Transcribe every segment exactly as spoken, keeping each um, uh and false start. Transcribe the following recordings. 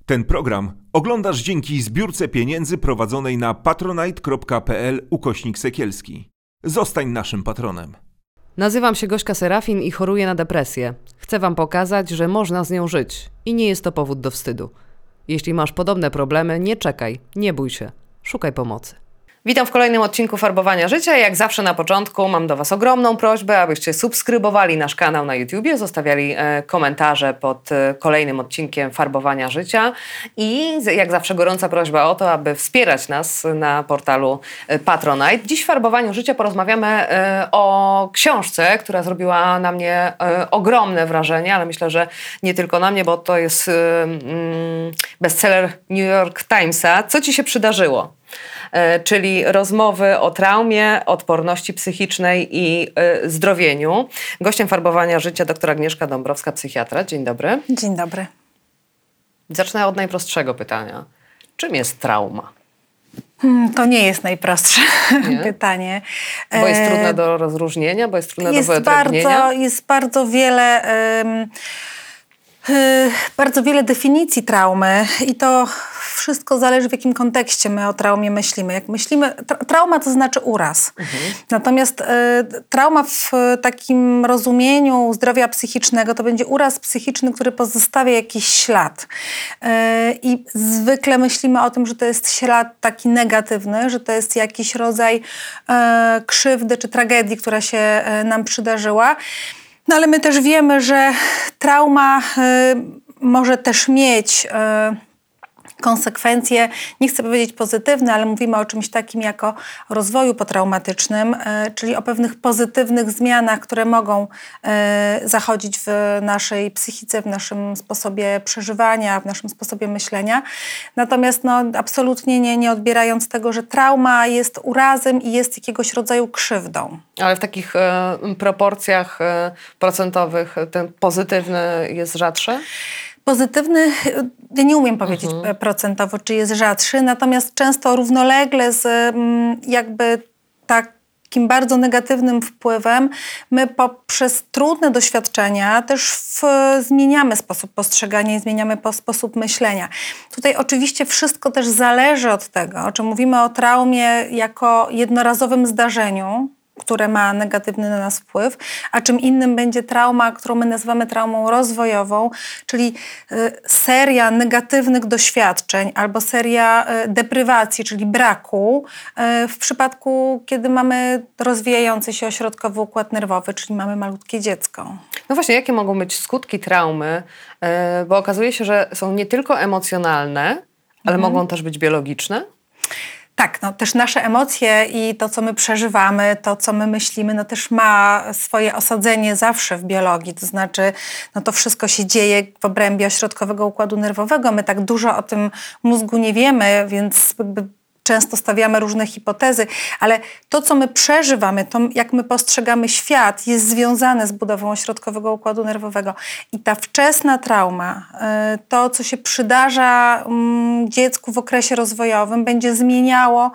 Ten program oglądasz dzięki zbiórce pieniędzy prowadzonej na patronite.pl ukośnik Sekielski. Zostań naszym patronem. Nazywam się Gośka Serafin i choruję na depresję. Chcę Wam pokazać, że można z nią żyć i nie jest to powód do wstydu. Jeśli masz podobne problemy, nie czekaj, nie bój się, szukaj pomocy. Witam w kolejnym odcinku Farbowania Życia. Jak zawsze na początku mam do Was ogromną prośbę, abyście subskrybowali nasz kanał na YouTubie, zostawiali e, komentarze pod e, kolejnym odcinkiem Farbowania Życia i jak zawsze gorąca prośba o to, aby wspierać nas na portalu e, Patronite. Dziś w Farbowaniu Życia porozmawiamy e, o książce, która zrobiła na mnie e, ogromne wrażenie, ale myślę, że nie tylko na mnie, bo to jest e, mm, bestseller New York Timesa. Co Ci się przydarzyło? Czyli rozmowy o traumie, odporności psychicznej i y, zdrowieniu. Gościem Farbowania Życia dr Agnieszka Dąbrowska, psychiatra. Dzień dobry. Dzień dobry. Zacznę od najprostszego pytania. Czym jest trauma? Hmm, to nie jest najprostsze nie? pytanie. Bo jest trudne do rozróżnienia, bo jest trudne jest do wyodrębnienia? Bardzo, jest bardzo wiele... Um, Bardzo wiele definicji traumy i to wszystko zależy, w jakim kontekście my o traumie myślimy. Jak myślimy, tra- trauma to znaczy uraz. Mhm. Natomiast y, trauma w takim rozumieniu zdrowia psychicznego to będzie uraz psychiczny, który pozostawia jakiś ślad. Y, I zwykle myślimy o tym, że to jest ślad taki negatywny, że to jest jakiś rodzaj y, krzywdy czy tragedii, która się y, nam przydarzyła. No ale my też wiemy, że trauma y, może też mieć y, konsekwencje, nie chcę powiedzieć pozytywne, ale mówimy o czymś takim jak o rozwoju potraumatycznym, y, czyli o pewnych pozytywnych zmianach, które mogą y, zachodzić w naszej psychice, w naszym sposobie przeżywania, w naszym sposobie myślenia. Natomiast no, absolutnie nie, nie odbierając tego, że trauma jest urazem i jest jakiegoś rodzaju krzywdą. Ale w takich e, proporcjach e, procentowych ten pozytywny jest rzadszy? Pozytywny, ja nie umiem powiedzieć mhm. procentowo, czy jest rzadszy, natomiast często równolegle z jakby takim bardzo negatywnym wpływem my poprzez trudne doświadczenia też w, zmieniamy sposób postrzegania i zmieniamy po, sposób myślenia. Tutaj oczywiście wszystko też zależy od tego, czy mówimy o traumie jako jednorazowym zdarzeniu, które ma negatywny na nas wpływ, a czym innym będzie trauma, którą my nazywamy traumą rozwojową, czyli y, seria negatywnych doświadczeń albo seria y, deprywacji, czyli braku y, w przypadku, kiedy mamy rozwijający się ośrodkowy układ nerwowy, czyli mamy malutkie dziecko. No właśnie, jakie mogą być skutki traumy? Y, bo okazuje się, że są nie tylko emocjonalne, ale mhm. mogą też być biologiczne? Tak, no też nasze emocje i to, co my przeżywamy, to, co my myślimy, no też ma swoje osadzenie zawsze w biologii. To znaczy, no to wszystko się dzieje w obrębie ośrodkowego układu nerwowego. My tak dużo o tym mózgu nie wiemy, więc jakby często stawiamy różne hipotezy, ale to, co my przeżywamy, to jak my postrzegamy świat, jest związane z budową ośrodkowego układu nerwowego. I ta wczesna trauma, to, co się przydarza dziecku w okresie rozwojowym, będzie zmieniało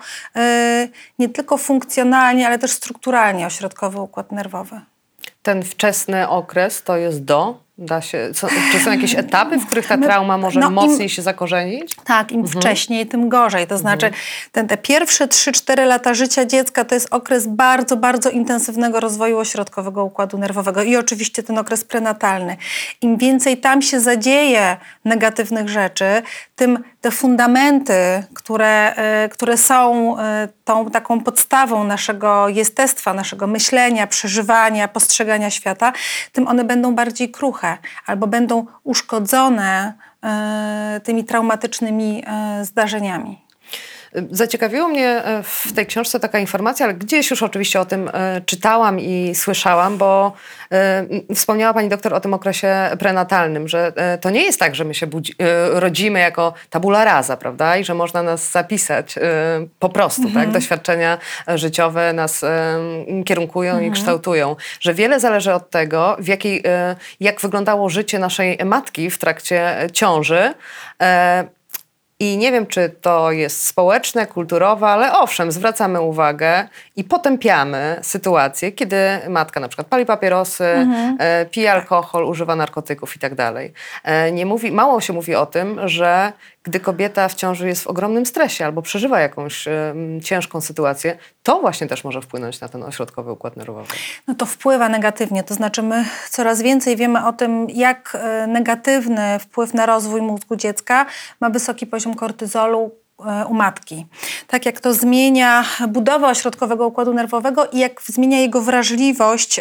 nie tylko funkcjonalnie, ale też strukturalnie ośrodkowy układ nerwowy. Ten wczesny okres to jest do? Da się, są, czy są jakieś etapy, w których ta trauma może no, mocniej im, się zakorzenić? Tak, im mhm. wcześniej, tym gorzej. To znaczy mhm. ten, te pierwsze trzy cztery lata życia dziecka to jest okres bardzo, bardzo intensywnego rozwoju ośrodkowego układu nerwowego i oczywiście ten okres prenatalny. Im więcej tam się zadzieje negatywnych rzeczy, tym te fundamenty, które, y, które są y, tą taką podstawą naszego jestestwa, naszego myślenia, przeżywania, postrzegania świata, tym one będą bardziej kruche albo będą uszkodzone y, tymi traumatycznymi y, zdarzeniami. Zaciekawiło mnie w tej książce taka informacja, ale gdzieś już oczywiście o tym e, czytałam i słyszałam, bo e, wspomniała pani doktor o tym okresie prenatalnym, że e, to nie jest tak, że my się budzi, e, rodzimy jako tabula rasa, prawda? I że można nas zapisać e, po prostu, mhm. tak? Doświadczenia życiowe nas e, kierunkują mhm. i kształtują. Że wiele zależy od tego, w jakiej, e, jak wyglądało życie naszej matki w trakcie ciąży. E, I nie wiem, czy to jest społeczne, kulturowe, ale owszem, zwracamy uwagę i potępiamy sytuację, kiedy matka na przykład pali papierosy, mhm. e, pije alkohol, używa narkotyków i tak dalej. E, nie mówi, mało się mówi o tym, że gdy kobieta w ciąży jest w ogromnym stresie albo przeżywa jakąś e, ciężką sytuację, to właśnie też może wpłynąć na ten ośrodkowy układ nerwowy. No to wpływa negatywnie, to znaczy my coraz więcej wiemy o tym, jak e, negatywny wpływ na rozwój mózgu dziecka ma wysoki poziom kortyzolu u matki. Tak jak to zmienia budowę ośrodkowego układu nerwowego i jak zmienia jego wrażliwość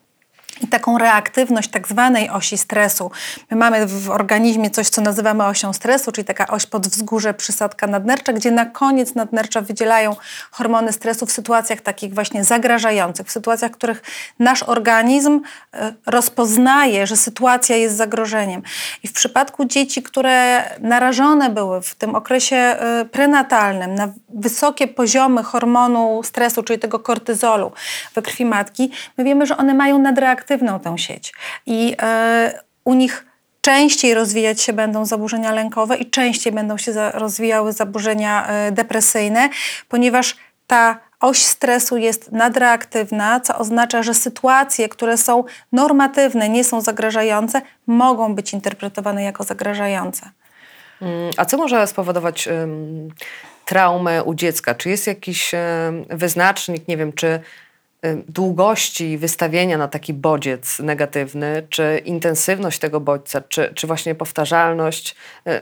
i taką reaktywność tak zwanej osi stresu. My mamy w organizmie coś, co nazywamy osią stresu, czyli taka oś podwzgórze, przysadka nadnercza, gdzie na koniec nadnercza wydzielają hormony stresu w sytuacjach takich właśnie zagrażających, w sytuacjach, w których nasz organizm rozpoznaje, że sytuacja jest zagrożeniem. I w przypadku dzieci, które narażone były w tym okresie prenatalnym na wysokie poziomy hormonu stresu, czyli tego kortyzolu we krwi matki, my wiemy, że one mają nadreaktywność tę sieć i e, u nich częściej rozwijać się będą zaburzenia lękowe i częściej będą się za, rozwijały zaburzenia e, depresyjne, ponieważ ta oś stresu jest nadreaktywna, co oznacza, że sytuacje, które są normatywne, nie są zagrażające, mogą być interpretowane jako zagrażające. A co może spowodować um, traumę u dziecka? Czy jest jakiś um, wyznacznik, nie wiem, czy długości wystawienia na taki bodziec negatywny, czy intensywność tego bodźca, czy, czy właśnie powtarzalność,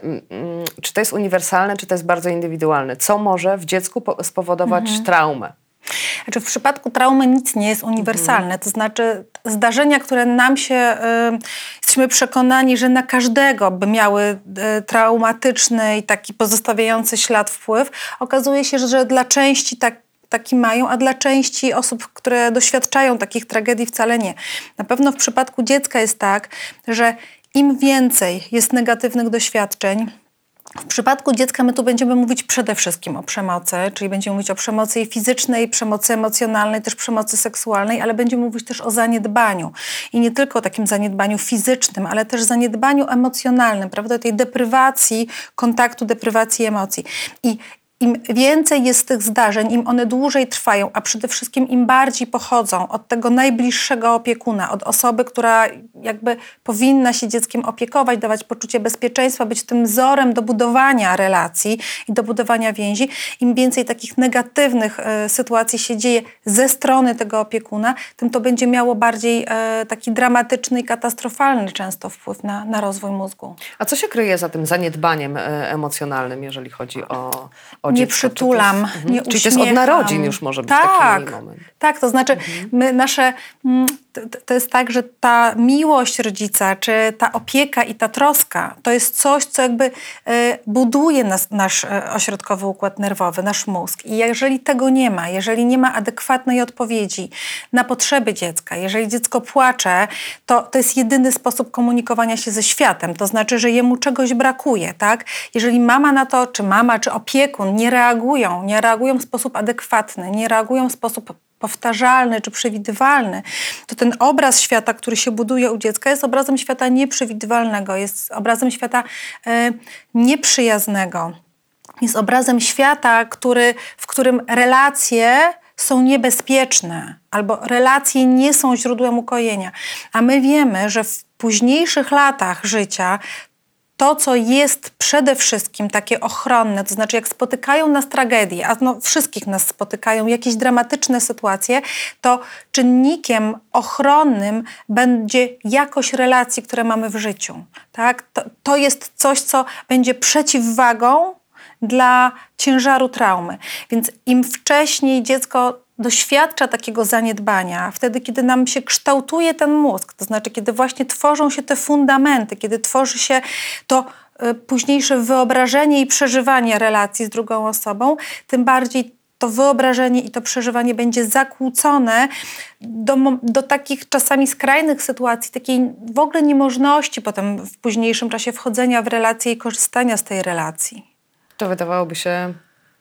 czy to jest uniwersalne, czy to jest bardzo indywidualne? Co może w dziecku spowodować mhm. traumę? Znaczy w przypadku traumy nic nie jest uniwersalne, mhm. to znaczy zdarzenia, które nam się, y, jesteśmy przekonani, że na każdego by miały y, traumatyczny i taki pozostawiający ślad wpływ, okazuje się, że dla części tak taki mają, a dla części osób, które doświadczają takich tragedii wcale nie. Na pewno w przypadku dziecka jest tak, że im więcej jest negatywnych doświadczeń, w przypadku dziecka my tu będziemy mówić przede wszystkim o przemocy, czyli będziemy mówić o przemocy fizycznej, przemocy emocjonalnej, też przemocy seksualnej, ale będziemy mówić też o zaniedbaniu. I nie tylko o takim zaniedbaniu fizycznym, ale też zaniedbaniu emocjonalnym, prawda? Tej deprywacji kontaktu, deprywacji emocji. I im więcej jest tych zdarzeń, im one dłużej trwają, a przede wszystkim im bardziej pochodzą od tego najbliższego opiekuna, od osoby, która jakby powinna się dzieckiem opiekować, dawać poczucie bezpieczeństwa, być tym wzorem do budowania relacji i do budowania więzi, im więcej takich negatywnych y, sytuacji się dzieje ze strony tego opiekuna, tym to będzie miało bardziej y, taki dramatyczny i katastrofalny często wpływ na, na rozwój mózgu. A co się kryje za tym zaniedbaniem y, emocjonalnym, jeżeli chodzi o, o nie dziecko? przytulam, to jest, nie mhm. uśmiecham. Czyli to jest od narodzin już może być tak, taki moment. Tak, to znaczy mhm. my nasze, to, to jest tak, że ta miłość rodzica, czy ta opieka i ta troska, to jest coś, co jakby y, buduje nas, nasz y, ośrodkowy układ nerwowy, nasz mózg. I jeżeli tego nie ma, jeżeli nie ma adekwatnej odpowiedzi na potrzeby dziecka, jeżeli dziecko płacze, to to jest jedyny sposób komunikowania się ze światem. To znaczy, że jemu czegoś brakuje, tak? Jeżeli mama na to, czy mama, czy opiekun nie reagują, nie reagują w sposób adekwatny, nie reagują w sposób powtarzalny czy przewidywalny, to ten obraz świata, który się buduje u dziecka, jest obrazem świata nieprzewidywalnego, jest obrazem świata e, nieprzyjaznego. Jest obrazem świata, który, w którym relacje są niebezpieczne albo relacje nie są źródłem ukojenia. A my wiemy, że w późniejszych latach życia to, co jest przede wszystkim takie ochronne, to znaczy jak spotykają nas tragedie, a no wszystkich nas spotykają jakieś dramatyczne sytuacje, to czynnikiem ochronnym będzie jakość relacji, które mamy w życiu. Tak? To, to jest coś, co będzie przeciwwagą dla ciężaru traumy. Więc im wcześniej dziecko doświadcza takiego zaniedbania, wtedy, kiedy nam się kształtuje ten mózg, to znaczy, kiedy właśnie tworzą się te fundamenty, kiedy tworzy się to y, późniejsze wyobrażenie i przeżywanie relacji z drugą osobą, tym bardziej to wyobrażenie i to przeżywanie będzie zakłócone do, do takich czasami skrajnych sytuacji, takiej w ogóle niemożności potem w późniejszym czasie wchodzenia w relacje i korzystania z tej relacji. To wydawałoby się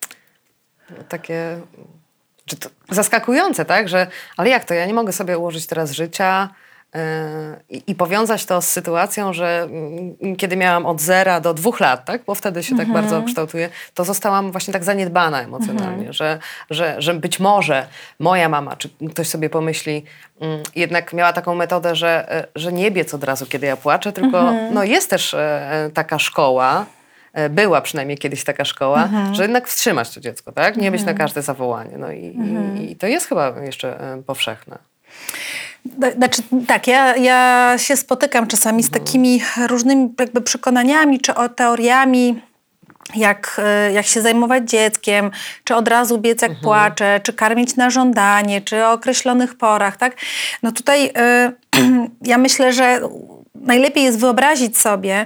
takie... Czy to zaskakujące, tak? Że, ale jak to? Ja nie mogę sobie ułożyć teraz życia, I, I powiązać to z sytuacją, że mm, kiedy miałam od zera do dwóch lat, tak? Bo wtedy się tak bardzo kształtuje, to zostałam właśnie tak zaniedbana emocjonalnie, że, że, że być może moja mama, czy ktoś sobie pomyśli, mm, jednak miała taką metodę, że, że nie biec od razu, kiedy ja płaczę, tylko no, jest też e, taka szkoła, e, była przynajmniej kiedyś taka szkoła, że jednak wstrzymać to dziecko, tak? Nie być na każde zawołanie. No i, i, i to jest chyba jeszcze e, powszechne. Znaczy, tak, ja, ja się spotykam czasami z takimi różnymi jakby przekonaniami czy o teoriami, jak, jak się zajmować dzieckiem, czy od razu biec jak mhm. płacze, czy karmić na żądanie, czy o określonych porach, tak? No tutaj y, ja myślę, że najlepiej jest wyobrazić sobie,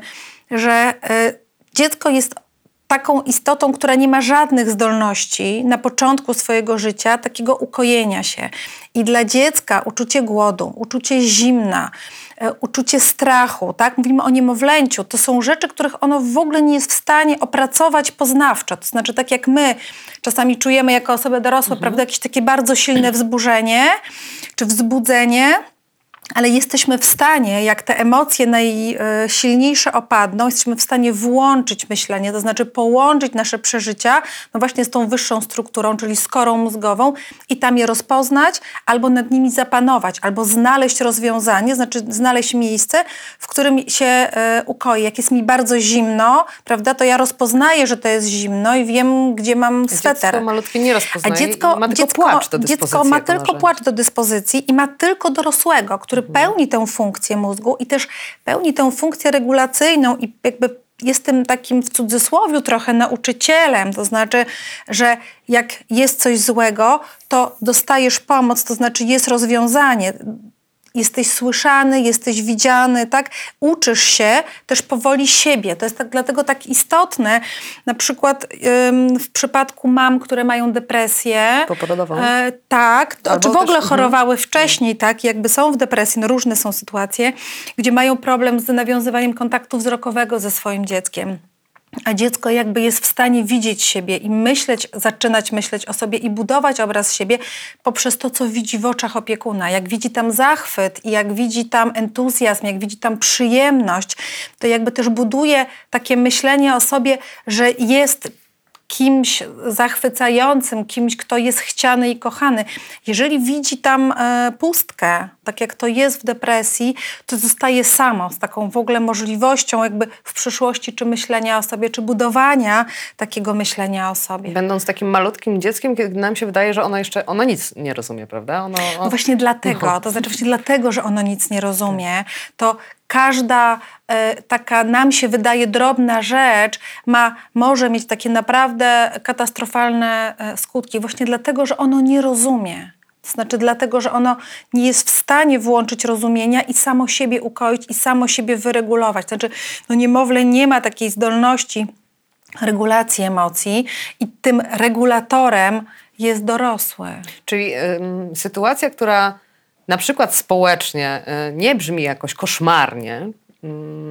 że y, dziecko jest taką istotą, która nie ma żadnych zdolności na początku swojego życia, takiego ukojenia się. I dla dziecka uczucie głodu, uczucie zimna, uczucie strachu, tak? Mówimy o niemowlęciu. To są rzeczy, których ono w ogóle nie jest w stanie opracować poznawczo. To znaczy, tak jak my czasami czujemy jako osoby dorosłe, mhm. prawda, jakieś takie bardzo silne wzburzenie czy wzbudzenie, ale jesteśmy w stanie, jak te emocje najsilniejsze opadną, jesteśmy w stanie włączyć myślenie, to znaczy połączyć nasze przeżycia, no właśnie z tą wyższą strukturą, czyli z korą mózgową i tam je rozpoznać, albo nad nimi zapanować, albo znaleźć rozwiązanie, znaczy znaleźć miejsce, w którym się e, ukoi. Jak jest mi bardzo zimno, prawda, to ja rozpoznaję, że to jest zimno i wiem, gdzie mam sweter. Dziecko malutkie nie rozpoznaje. A dziecko ma tylko dziecko, płacz do dyspozycji. Dziecko ma tylko płacz do dyspozycji i ma tylko dorosłego, który pełni tę funkcję mózgu i też pełni tę funkcję regulacyjną i jakby jest tym takim w cudzysłowiu trochę nauczycielem, to znaczy, że jak jest coś złego, to dostajesz pomoc, to znaczy jest rozwiązanie. Jesteś słyszany, jesteś widziany, tak? Uczysz się też powoli siebie. To jest tak, dlatego tak istotne, na przykład ym, w przypadku mam, które mają depresję. Poporodową. E, tak, to, czy w ogóle też, chorowały uh-huh. wcześniej, tak? Jakby są w depresji, no różne są sytuacje, gdzie mają problem z nawiązywaniem kontaktu wzrokowego ze swoim dzieckiem. A dziecko jakby jest w stanie widzieć siebie i myśleć, zaczynać myśleć o sobie i budować obraz siebie poprzez to, co widzi w oczach opiekuna. Jak widzi tam zachwyt i jak widzi tam entuzjazm, jak widzi tam przyjemność, to jakby też buduje takie myślenie o sobie, że jest kimś zachwycającym, kimś, kto jest chciany i kochany. Jeżeli widzi tam e, pustkę, tak jak to jest w depresji, to zostaje samo z taką w ogóle możliwością jakby w przyszłości czy myślenia o sobie, czy budowania takiego myślenia o sobie. Będąc takim malutkim dzieckiem, kiedy nam się wydaje, że ono jeszcze, ono nic nie rozumie, prawda? Ono, on... No właśnie dlatego, no. to znaczy właśnie dlatego, że ono nic nie rozumie, to każda e, taka nam się wydaje drobna rzecz ma, może mieć takie naprawdę katastrofalne e, skutki. Właśnie dlatego, że ono nie rozumie. To znaczy dlatego, że ono nie jest w stanie włączyć rozumienia i samo siebie ukoić i samo siebie wyregulować. To znaczy no niemowlę nie ma takiej zdolności regulacji emocji i tym regulatorem jest dorosły. Czyli ym, sytuacja, która na przykład społecznie y, nie brzmi jakoś koszmarnie, y,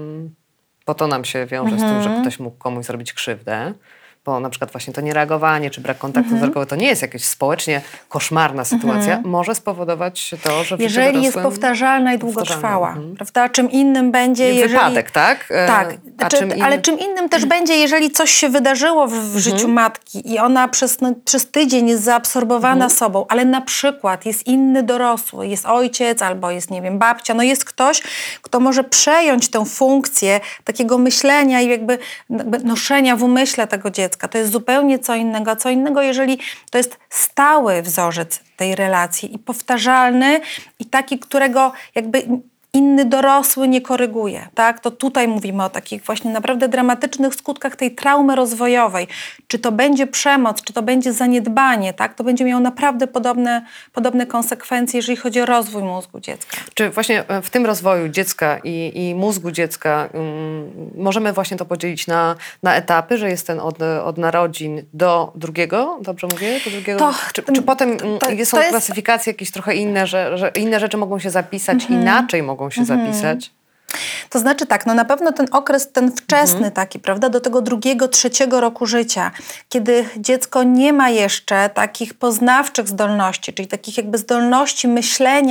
bo to nam się wiąże mhm. z tym, że ktoś mógł komuś zrobić krzywdę, bo na przykład właśnie to niereagowanie czy brak kontaktu mhm. wzrokowego to nie jest jakaś społecznie koszmarna sytuacja, mhm. może spowodować to, że w jeżeli jest powtarzalna i długotrwała, mhm. prawda? Czym innym będzie, jeżeli... Wypadek, tak? Tak, A Czy, czym innym... ale czym innym też będzie, jeżeli coś się wydarzyło w, w mhm. życiu matki i ona przez, no, przez tydzień jest zaabsorbowana mhm. sobą, ale na przykład jest inny dorosły, jest ojciec albo jest, nie wiem, babcia, no jest ktoś, kto może przejąć tę funkcję takiego myślenia i jakby, jakby noszenia w umyśle tego dziecka. To jest zupełnie co innego. Co innego, jeżeli to jest stały wzorzec tej relacji i powtarzalny i taki, którego jakby inny dorosły nie koryguje, tak? To tutaj mówimy o takich właśnie naprawdę dramatycznych skutkach tej traumy rozwojowej. Czy to będzie przemoc, czy to będzie zaniedbanie, tak? To będzie miało naprawdę podobne, podobne konsekwencje, jeżeli chodzi o rozwój mózgu dziecka. Czy właśnie w tym rozwoju dziecka i, i mózgu dziecka um, możemy właśnie to podzielić na, na etapy, że jest ten od, od narodzin do drugiego, dobrze mówię? Do drugiego? To, czy, czy potem to, to, są to jest... klasyfikacje jakieś trochę inne, że, że inne rzeczy mogą się zapisać, mhm. inaczej mogą się zapisać? To znaczy tak, no na pewno ten okres, ten wczesny mhm. taki, prawda, do tego drugiego, trzeciego roku życia, kiedy dziecko nie ma jeszcze takich poznawczych zdolności, czyli takich jakby zdolności myślenia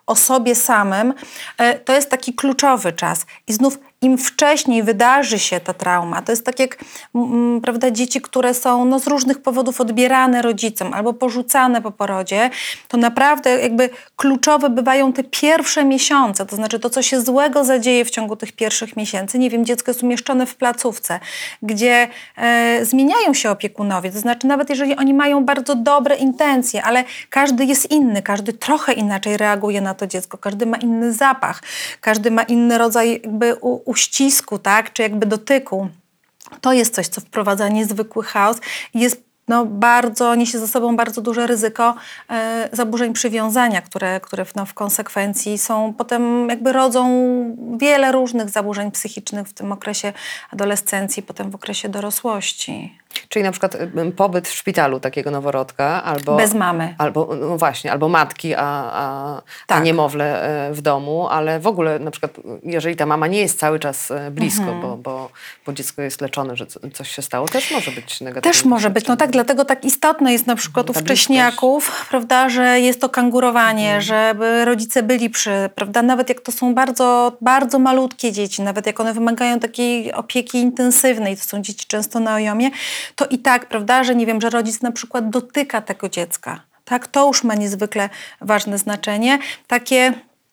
o sobie samym, to jest taki kluczowy czas. I znów im wcześniej wydarzy się ta trauma, to jest tak jak m, prawda, dzieci, które są no, z różnych powodów odbierane rodzicom albo porzucane po porodzie, to naprawdę jakby kluczowe bywają te pierwsze miesiące, to znaczy to, co się złego zadzieje w ciągu tych pierwszych miesięcy. Nie wiem, dziecko jest umieszczone w placówce, gdzie e, zmieniają się opiekunowie, to znaczy nawet jeżeli oni mają bardzo dobre intencje, ale każdy jest inny, każdy trochę inaczej reaguje na to dziecko, każdy ma inny zapach, każdy ma inny rodzaj jakby u, uścisku, tak, czy jakby dotyku. To jest coś, co wprowadza niezwykły chaos i jest no, bardzo, niesie ze sobą bardzo duże ryzyko e, zaburzeń przywiązania, które, które no, w konsekwencji są potem jakby rodzą wiele różnych zaburzeń psychicznych w tym okresie adolescencji, potem w okresie dorosłości. Czyli na przykład pobyt w szpitalu takiego noworodka albo... Bez mamy. Albo, no właśnie, albo matki, a, a, tak. a niemowlę w domu, ale w ogóle na przykład, jeżeli ta mama nie jest cały czas blisko, mhm. bo, bo, bo dziecko jest leczone, że coś się stało, też może być negatywne. Też może być, no tak, dlatego tak istotne jest na przykład u wcześniaków, prawda, że jest to kangurowanie, mhm. żeby rodzice byli przy, prawda, nawet jak to są bardzo, bardzo malutkie dzieci, nawet jak one wymagają takiej opieki intensywnej, to są dzieci często na ojomie, to i tak, prawda, że nie wiem, że rodzic na przykład dotyka tego dziecka. Tak, to już ma niezwykle ważne znaczenie. Takie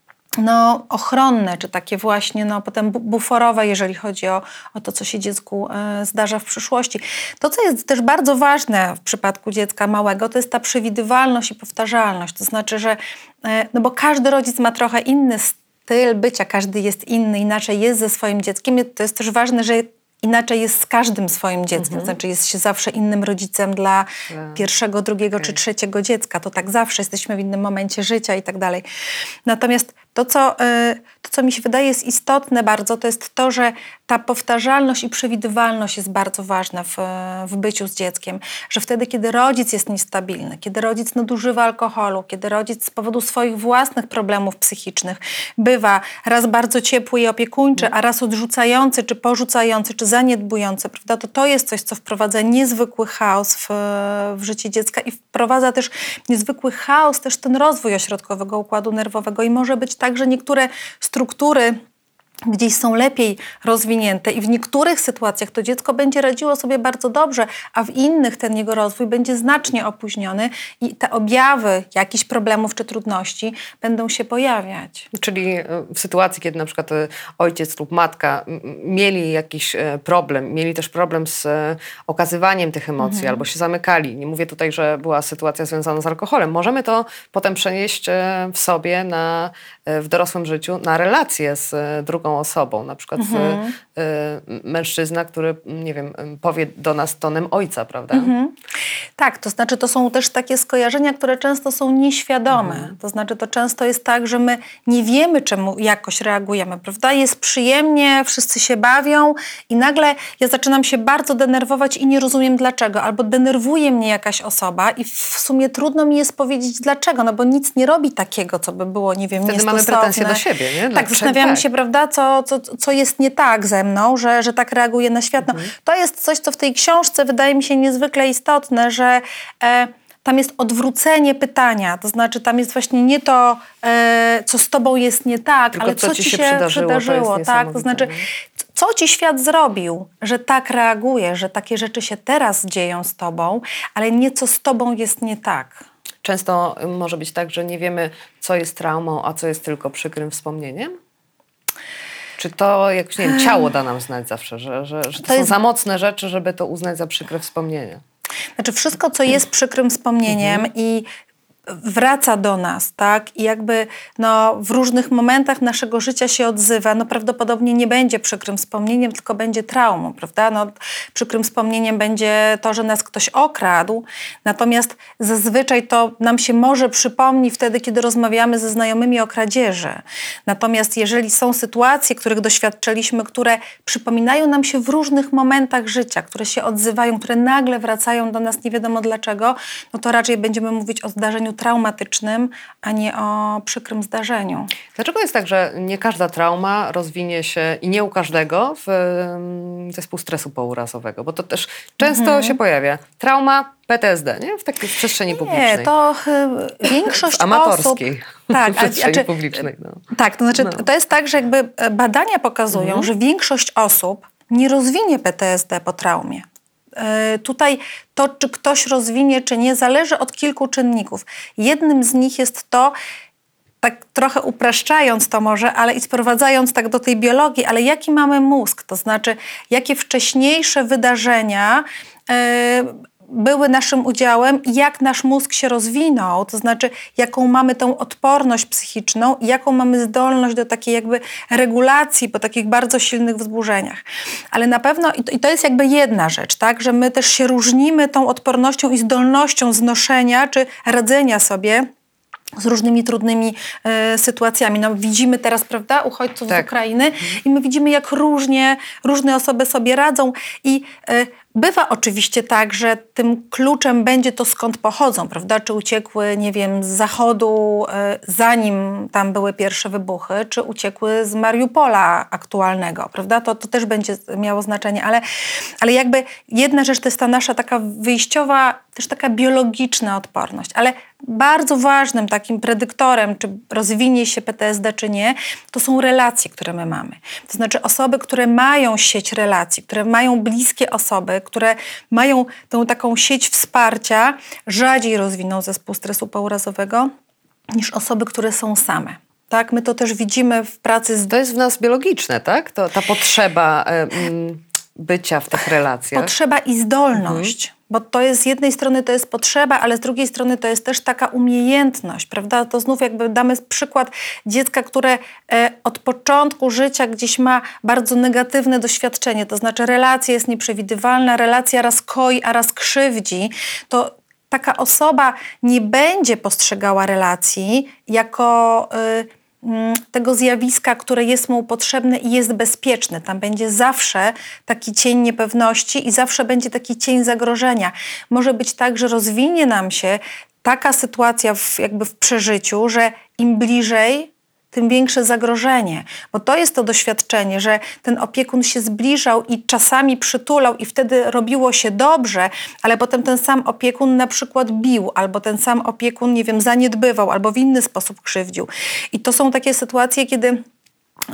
no, ochronne, czy takie właśnie no, potem buforowe, jeżeli chodzi o, o to, co się dziecku e, zdarza w przyszłości. To, co jest też bardzo ważne w przypadku dziecka małego, to jest ta przewidywalność i powtarzalność. To znaczy, że e, no bo każdy rodzic ma trochę inny styl bycia, każdy jest inny, inaczej jest ze swoim dzieckiem. To jest też ważne, że inaczej jest z każdym swoim dzieckiem, mhm. znaczy jest się zawsze innym rodzicem dla yeah. pierwszego, drugiego okay. czy trzeciego dziecka. To tak zawsze, jesteśmy w innym momencie życia i tak dalej. Natomiast to co, to, co mi się wydaje jest istotne bardzo, to jest to, że ta powtarzalność i przewidywalność jest bardzo ważna w, w byciu z dzieckiem. Że wtedy, kiedy rodzic jest niestabilny, kiedy rodzic nadużywa alkoholu, kiedy rodzic z powodu swoich własnych problemów psychicznych bywa raz bardzo ciepły i opiekuńczy, a raz odrzucający, czy porzucający, czy zaniedbujący, prawda? To to jest coś, co wprowadza niezwykły chaos w, w życie dziecka i wprowadza też niezwykły chaos, też ten rozwój ośrodkowego układu nerwowego i może być tak, że niektóre struktury gdzieś są lepiej rozwinięte i w niektórych sytuacjach to dziecko będzie radziło sobie bardzo dobrze, a w innych ten jego rozwój będzie znacznie opóźniony i te objawy jakichś problemów czy trudności będą się pojawiać. Czyli w sytuacji, kiedy na przykład ojciec lub matka mieli jakiś problem, mieli też problem z okazywaniem tych emocji mhm. albo się zamykali. Nie mówię tutaj, że była sytuacja związana z alkoholem. Możemy to potem przenieść w sobie na, w dorosłym życiu na relacje z drugą osobą, na przykład mhm. y, y, mężczyzna, który, nie wiem, powie do nas tonem ojca, prawda? Mhm. Tak, to znaczy to są też takie skojarzenia, które często są nieświadome. Mhm. To znaczy to często jest tak, że my nie wiemy, czemu jakoś reagujemy, prawda? Jest przyjemnie, wszyscy się bawią i nagle ja zaczynam się bardzo denerwować i nie rozumiem dlaczego, albo denerwuje mnie jakaś osoba i w sumie trudno mi jest powiedzieć dlaczego, no bo nic nie robi takiego, co by było, nie wiem, Wtedy niestosowne. mamy pretensje do siebie, nie? Tak, zastanawiamy się, prawda, co Co, co, co jest nie tak ze mną, że, że tak reaguje na świat. No, mhm. To jest coś, co w tej książce wydaje mi się niezwykle istotne, że e, tam jest odwrócenie pytania. To znaczy tam jest właśnie nie to, e, co z tobą jest nie tak, tylko ale co, co ci ci się, się przydarzyło. przydarzyło. To tak? To znaczy, co ci świat zrobił, że tak reaguje, że takie rzeczy się teraz dzieją z tobą, ale nie co z tobą jest nie tak. Często może być tak, że nie wiemy, co jest traumą, a co jest tylko przykrym wspomnieniem? Czy to, jak nie wiem, ciało da nam znać zawsze, że, że, że to, to są jest... za mocne rzeczy, żeby to uznać za przykre wspomnienie? Znaczy wszystko, co jest przykrym wspomnieniem mhm. i wraca do nas, tak? I jakby no, w różnych momentach naszego życia się odzywa, no prawdopodobnie nie będzie przykrym wspomnieniem, tylko będzie traumą, prawda? No, przykrym wspomnieniem będzie to, że nas ktoś okradł, natomiast zazwyczaj to nam się może przypomni wtedy, kiedy rozmawiamy ze znajomymi o kradzieży. Natomiast jeżeli są sytuacje, których doświadczyliśmy, które przypominają nam się w różnych momentach życia, które się odzywają, które nagle wracają do nas nie wiadomo dlaczego, no to raczej będziemy mówić o zdarzeniu zdarzeniu traumatycznym, a nie o przykrym zdarzeniu. Dlaczego jest tak, że nie każda trauma rozwinie się i nie u każdego w um, zespół stresu pourazowego? Bo to też często Mhm. się pojawia. Trauma P T S D, nie? W takiej przestrzeni publicznej. Nie, to y, większość w amatorskiej osób... Tak, przestrzeni znaczy, publicznej. No. Tak, to znaczy No. to jest tak, że jakby badania pokazują, Mhm. że większość osób nie rozwinie P T S D po traumie. Yy, tutaj to, czy ktoś rozwinie, czy nie, zależy od kilku czynników. Jednym z nich jest to, tak trochę upraszczając to może, ale i sprowadzając tak do tej biologii, ale jaki mamy mózg, to znaczy jakie wcześniejsze wydarzenia yy, były naszym udziałem i jak nasz mózg się rozwinął, to znaczy jaką mamy tą odporność psychiczną i jaką mamy zdolność do takiej jakby regulacji po takich bardzo silnych wzburzeniach. Ale na pewno, i to, i to jest jakby jedna rzecz, tak, że my też się różnimy tą odpornością i zdolnością znoszenia czy radzenia sobie z różnymi trudnymi e, sytuacjami. No, widzimy teraz, prawda, uchodźców Tak. z Ukrainy i my widzimy, jak różnie, różne osoby sobie radzą i e, bywa oczywiście tak, że tym kluczem będzie to, skąd pochodzą, prawda, czy uciekły, nie wiem, z Zachodu, e, zanim tam były pierwsze wybuchy, czy uciekły z Mariupola aktualnego, prawda, to, to też będzie miało znaczenie, ale, ale jakby jedna rzecz to jest ta nasza taka wyjściowa, też taka biologiczna odporność, ale bardzo ważnym takim predyktorem, czy rozwinie się P T S D, czy nie, to są relacje, które my mamy. To znaczy osoby, które mają sieć relacji, które mają bliskie osoby, które mają tą taką sieć wsparcia, rzadziej rozwiną zespół stresu pourazowego niż osoby, które są same. Tak? My to też widzimy w pracy z... To jest w nas biologiczne, tak? To, ta potrzeba y, y, bycia w tych relacjach. Potrzeba i zdolność. Mhm. Bo to jest z jednej strony to jest potrzeba, ale z drugiej strony to jest też taka umiejętność, prawda? To znów jakby damy przykład dziecka, które e, od początku życia gdzieś ma bardzo negatywne doświadczenie, to znaczy relacja jest nieprzewidywalna, relacja raz koi, a raz krzywdzi, to taka osoba nie będzie postrzegała relacji jako... E, tego zjawiska, które jest mu potrzebne i jest bezpieczne. Tam będzie zawsze taki cień niepewności i zawsze będzie taki cień zagrożenia. Może być tak, że rozwinie nam się taka sytuacja w, jakby w przeżyciu, że im bliżej, tym większe zagrożenie. Bo to jest to doświadczenie, że ten opiekun się zbliżał i czasami przytulał i wtedy robiło się dobrze, ale potem ten sam opiekun na przykład bił, albo ten sam opiekun, nie wiem, zaniedbywał, albo w inny sposób krzywdził. I to są takie sytuacje, kiedy yy,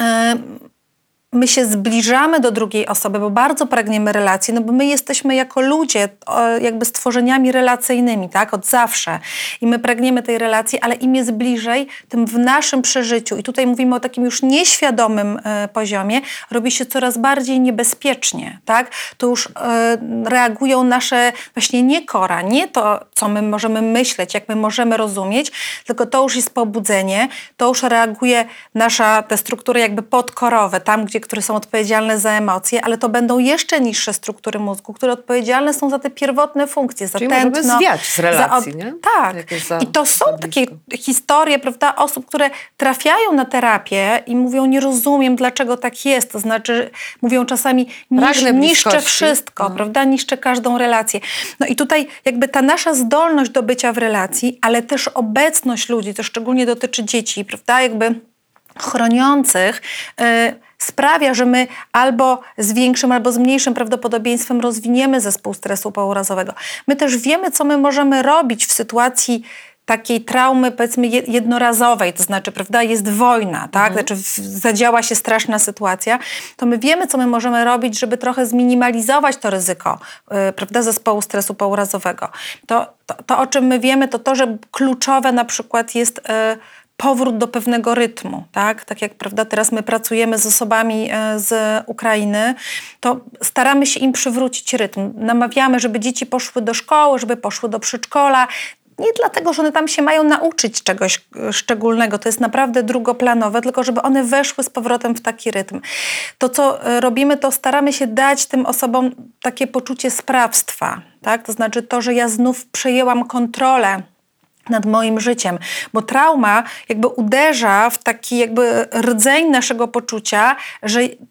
my się zbliżamy do drugiej osoby, bo bardzo pragniemy relacji, no bo my jesteśmy jako ludzie jakby stworzeniami relacyjnymi, tak, od zawsze. I my pragniemy tej relacji, ale im jest bliżej, tym w naszym przeżyciu, i tutaj mówimy o takim już nieświadomym e, poziomie, robi się coraz bardziej niebezpiecznie, tak. To już e, reagują nasze właśnie nie kora, nie to, co my możemy myśleć, jak my możemy rozumieć, tylko to już jest pobudzenie, to już reaguje nasza, te struktury jakby podkorowe, tam, gdzie które są odpowiedzialne za emocje, ale to będą jeszcze niższe struktury mózgu, które odpowiedzialne są za te pierwotne funkcje, za Czyli tętno. możemy zwiać z relacji, od... nie? Tak. Za, I to są takie historie, prawda, osób, które trafiają na terapię i mówią, nie rozumiem, dlaczego tak jest. To znaczy, mówią czasami, nisz, niszczę wszystko, no. prawda, niszczę każdą relację. No i tutaj jakby ta nasza zdolność do bycia w relacji, ale też obecność ludzi, to szczególnie dotyczy dzieci, prawda, jakby chroniących, yy, sprawia, że my albo z większym, albo z mniejszym prawdopodobieństwem rozwiniemy zespół stresu pourazowego. My też wiemy, co my możemy robić w sytuacji takiej traumy, powiedzmy, jednorazowej, to znaczy, prawda, jest wojna, tak, mhm. znaczy zadziała się straszna sytuacja, to my wiemy, co my możemy robić, żeby trochę zminimalizować to ryzyko, yy, prawda, zespołu stresu pourazowego. To, to, to, o czym my wiemy, to to, że kluczowe na przykład jest yy, powrót do pewnego rytmu, tak? Tak jak, prawda, teraz my pracujemy z osobami z Ukrainy, to staramy się im przywrócić rytm. Namawiamy, żeby dzieci poszły do szkoły, żeby poszły do przedszkola. Nie dlatego, że one tam się mają nauczyć czegoś szczególnego, to jest naprawdę drugoplanowe, tylko żeby one weszły z powrotem w taki rytm. To, co robimy, to staramy się dać tym osobom takie poczucie sprawstwa, tak? To znaczy to, że ja znów przejęłam kontrolę nad moim życiem, bo trauma jakby uderza w taki jakby rdzeń naszego poczucia, że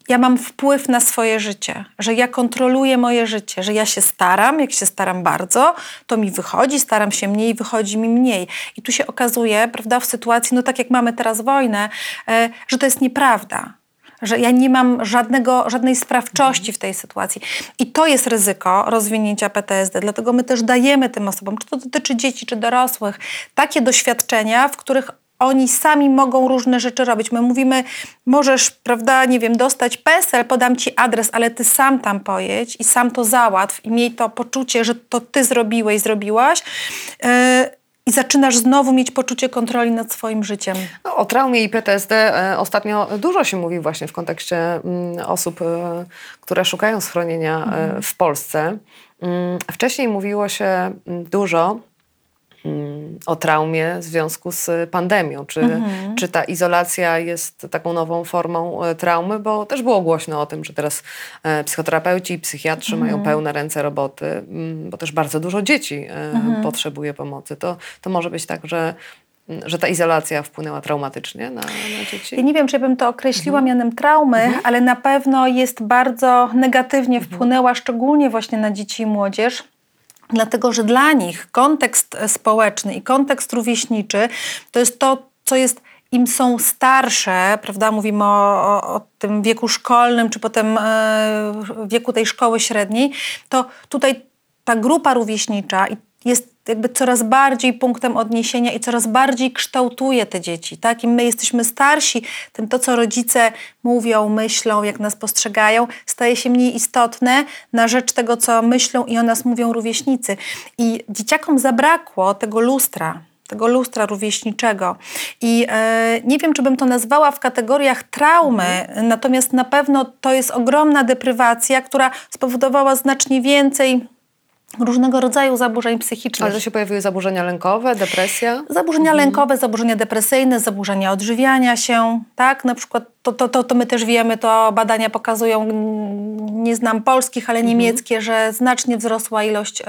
ja mam wpływ na swoje życie, że ja kontroluję moje życie, że ja się staram, jak się staram bardzo, to mi wychodzi, staram się mniej, wychodzi mi mniej. I tu się okazuje, prawda, w sytuacji, no tak jak mamy teraz wojnę, e, że to jest nieprawda. Że ja nie mam żadnego, żadnej sprawczości w tej sytuacji. I to jest ryzyko rozwinięcia P T S D. Dlatego my też dajemy tym osobom, czy to dotyczy dzieci, czy dorosłych, takie doświadczenia, w których oni sami mogą różne rzeczy robić. My mówimy, możesz, prawda, nie wiem, dostać PESEL, podam ci adres, ale ty sam tam pojedź i sam to załatw i miej to poczucie, że to ty zrobiłeś, zrobiłaś. Yy, I zaczynasz znowu mieć poczucie kontroli nad swoim życiem. No, o traumie i P T S D e, ostatnio dużo się mówi właśnie w kontekście m, osób, e, które szukają schronienia e, Mhm. w Polsce. Mm, wcześniej mówiło się mm, dużo mm, o traumie w związku z pandemią. Czy, Mhm. czy ta izolacja jest taką nową formą e, traumy? Bo też było głośno o tym, że teraz e, psychoterapeuci i psychiatrzy Mhm. mają pełne ręce roboty, mm, bo też bardzo dużo dzieci e, Mhm. potrzebuje pomocy. To, to może być tak, że że ta izolacja wpłynęła traumatycznie na, na dzieci? Ja nie wiem, czy ja bym to określiła mianem traumy, Mhm. ale na pewno jest bardzo negatywnie wpłynęła, szczególnie właśnie na dzieci i młodzież. Dlatego, że dla nich kontekst społeczny i kontekst rówieśniczy to jest to, co jest, im są starsze, prawda, mówimy o, o, o tym wieku szkolnym, czy potem e, wieku tej szkoły średniej, to tutaj ta grupa rówieśnicza jest jakby coraz bardziej punktem odniesienia i coraz bardziej kształtuje te dzieci. Tak? Im my jesteśmy starsi, tym to, co rodzice mówią, myślą, jak nas postrzegają, staje się mniej istotne na rzecz tego, co myślą i o nas mówią rówieśnicy. I dzieciakom zabrakło tego lustra, tego lustra rówieśniczego. I e, nie wiem, czy bym to nazwała w kategoriach traumy, mhm. natomiast na pewno to jest ogromna deprywacja, która spowodowała znacznie więcej różnego rodzaju zaburzeń psychicznych. Ale to się pojawiły zaburzenia lękowe, depresja? Zaburzenia mhm. lękowe, zaburzenia depresyjne, zaburzenia odżywiania się, tak? Na przykład to, to, to, to my też wiemy, to badania pokazują, nie znam polskich, ale niemieckie, mhm. że znacznie wzrosła ilość y,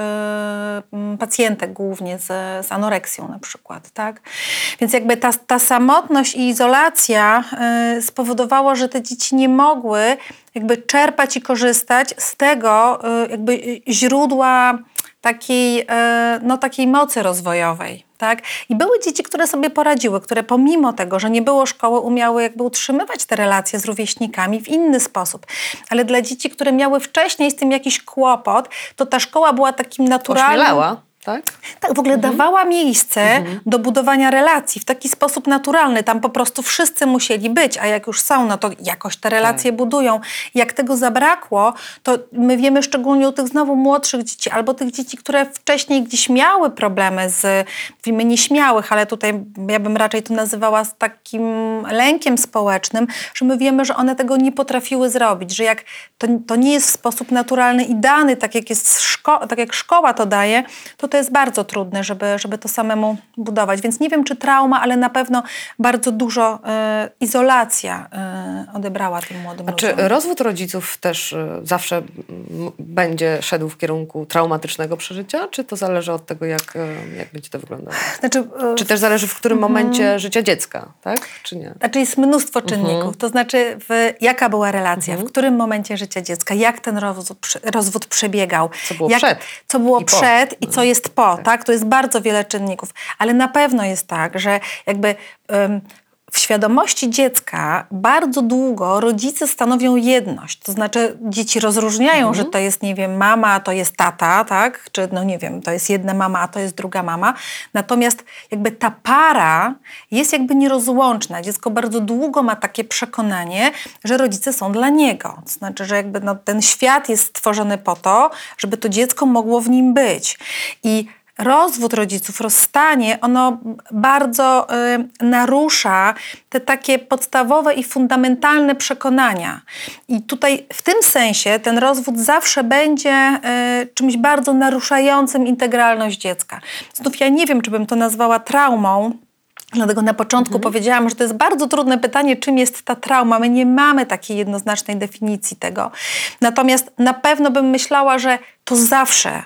pacjentek głównie z, z anoreksją na przykład, tak? Więc jakby ta, ta samotność i izolacja y, spowodowała, że te dzieci nie mogły jakby czerpać i korzystać z tego y, jakby źródła takiej, no, takiej mocy rozwojowej. Tak? I były dzieci, które sobie poradziły, które pomimo tego, że nie było szkoły, umiały jakby utrzymywać te relacje z rówieśnikami w inny sposób. Ale dla dzieci, które miały wcześniej z tym jakiś kłopot, to ta szkoła była takim naturalnym... Ośmielała, tak? Tak, w ogóle mhm. dawała miejsce mhm. do budowania relacji w taki sposób naturalny. Tam po prostu wszyscy musieli być, a jak już są, no to jakoś te relacje tak. budują. Jak tego zabrakło, to my wiemy szczególnie u tych znowu młodszych dzieci, albo tych dzieci, które wcześniej gdzieś miały problemy z, mówimy nieśmiałych, ale tutaj ja bym raczej to nazywała z takim lękiem społecznym, że my wiemy, że one tego nie potrafiły zrobić, że jak to, to nie jest w sposób naturalny i dany, tak jak jest szko- tak jak szkoła to daje, to to jest bardzo trudne, żeby, żeby to samemu budować. Więc nie wiem, czy trauma, ale na pewno bardzo dużo e, izolacja e, odebrała tym młodym A ludziom. Czy rozwód rodziców też e, zawsze m, będzie szedł w kierunku traumatycznego przeżycia? Czy to zależy od tego, jak, e, jak będzie to wyglądało? Znaczy, e, czy też zależy w którym mm, momencie życia dziecka, tak? Czy nie? Znaczy jest mnóstwo czynników. Mm-hmm. To znaczy, w, jaka była relacja, mm-hmm. w którym momencie życia dziecka, jak ten rozwód, rozwód przebiegał. Co było jak, przed. Co było I przed po. i co jest po. Tak. tak? To jest bardzo wiele czynników. Ale na pewno jest tak, że jakby... Um, w świadomości dziecka bardzo długo rodzice stanowią jedność. To znaczy dzieci rozróżniają, mhm. że to jest, nie wiem, mama, a to jest tata, tak? Czy, no nie wiem, to jest jedna mama, a to jest druga mama. Natomiast jakby ta para jest jakby nierozłączna. Dziecko bardzo długo ma takie przekonanie, że rodzice są dla niego. To znaczy, że jakby no, ten świat jest stworzony po to, żeby to dziecko mogło w nim być. I rozwód rodziców, rozstanie, ono bardzo y, narusza te takie podstawowe i fundamentalne przekonania. I tutaj w tym sensie ten rozwód zawsze będzie y, czymś bardzo naruszającym integralność dziecka. Znów ja nie wiem, czy bym to nazwała traumą, dlatego na początku mhm. powiedziałam, że to jest bardzo trudne pytanie, czym jest ta trauma. My nie mamy takiej jednoznacznej definicji tego. Natomiast na pewno bym myślała, że to zawsze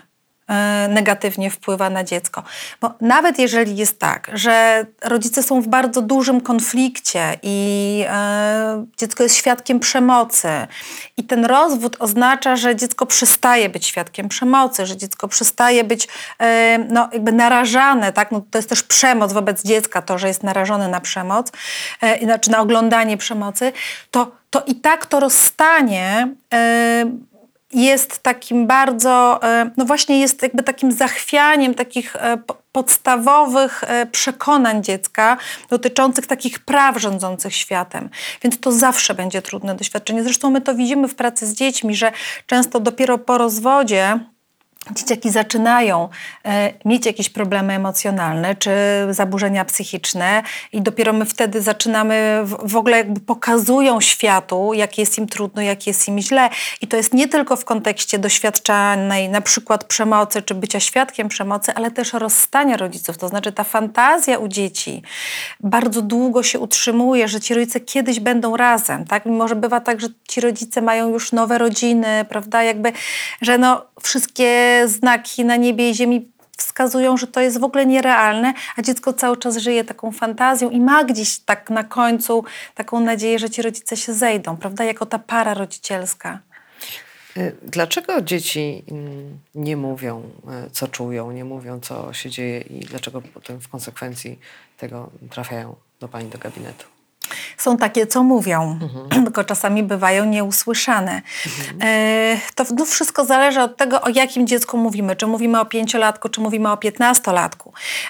negatywnie wpływa na dziecko. Bo nawet jeżeli jest tak, że rodzice są w bardzo dużym konflikcie i e, dziecko jest świadkiem przemocy i ten rozwód oznacza, że dziecko przestaje być świadkiem przemocy, że dziecko przestaje być e, no, jakby narażane, tak? No, to jest też przemoc wobec dziecka, to, że jest narażone na przemoc, e, znaczy na oglądanie przemocy, to, to i tak to rozstanie e, jest takim bardzo, no właśnie jest jakby takim zachwianiem takich podstawowych przekonań dziecka dotyczących takich praw rządzących światem. Więc to zawsze będzie trudne doświadczenie. Zresztą my to widzimy w pracy z dziećmi, że często dopiero po rozwodzie dzieciaki zaczynają e, mieć jakieś problemy emocjonalne czy zaburzenia psychiczne i dopiero my wtedy zaczynamy, w, w ogóle jakby pokazują światu, jak jest im trudno, jak jest im źle. I to jest nie tylko w kontekście doświadczanej na przykład przemocy czy bycia świadkiem przemocy, ale też rozstania rodziców. To znaczy ta fantazja u dzieci bardzo długo się utrzymuje, że ci rodzice kiedyś będą razem. Tak? Mimo że bywa tak, że ci rodzice mają już nowe rodziny, prawda? Jakby, że no wszystkie znaki na niebie i ziemi wskazują, że to jest w ogóle nierealne, a dziecko cały czas żyje taką fantazją i ma gdzieś tak na końcu taką nadzieję, że ci rodzice się zejdą, prawda? Jako ta para rodzicielska. Dlaczego dzieci nie mówią, co czują, nie mówią, co się dzieje i dlaczego potem w konsekwencji tego trafiają do pani do gabinetu? Są takie, co mówią, mhm. tylko czasami bywają nieusłyszane. Mhm. E, to no, wszystko zależy od tego, o jakim dziecku mówimy. Czy mówimy o pięciolatku, czy mówimy o piętnastolatku.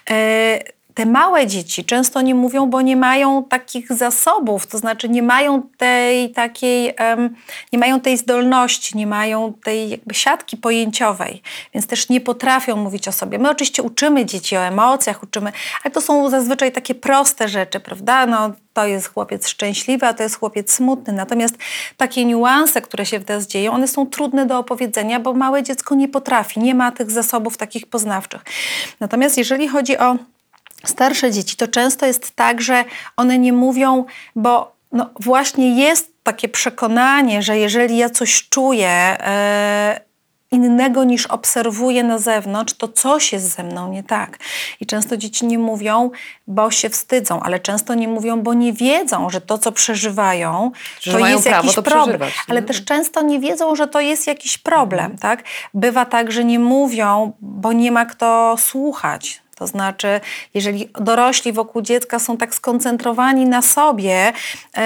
E, Te małe dzieci często nie mówią, bo nie mają takich zasobów, to znaczy nie mają tej takiej, um, nie mają tej zdolności, nie mają tej jakby siatki pojęciowej, więc też nie potrafią mówić o sobie. My oczywiście uczymy dzieci o emocjach, uczymy, ale to są zazwyczaj takie proste rzeczy, prawda? No, to jest chłopiec szczęśliwy, a to jest chłopiec smutny. Natomiast takie niuanse, które się w nas dzieją, one są trudne do opowiedzenia, bo małe dziecko nie potrafi, nie ma tych zasobów takich poznawczych. Natomiast jeżeli chodzi o starsze dzieci, to często jest tak, że one nie mówią, bo no właśnie jest takie przekonanie, że jeżeli ja coś czuję e, innego niż obserwuję na zewnątrz, to coś jest ze mną nie tak. I często dzieci nie mówią, bo się wstydzą, ale często nie mówią, bo nie wiedzą, że to, co przeżywają, że to mają jest prawo jakiś to problem. przeżywać. Ale też często nie wiedzą, że to jest jakiś problem. Mhm. Tak? Bywa tak, że nie mówią, bo nie ma kto słuchać. To znaczy, jeżeli dorośli wokół dziecka są tak skoncentrowani na sobie, yy,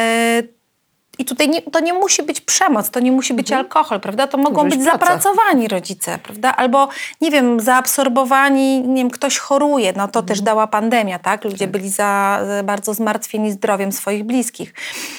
i tutaj nie, to nie musi być przemoc, to nie musi być mhm. alkohol, prawda? To mogą Może być praca. zapracowani rodzice, prawda? Albo, nie wiem, zaabsorbowani, nie wiem, ktoś choruje, no to mhm. też dała pandemia, tak? Ludzie tak. byli za, za bardzo zmartwieni zdrowiem swoich bliskich.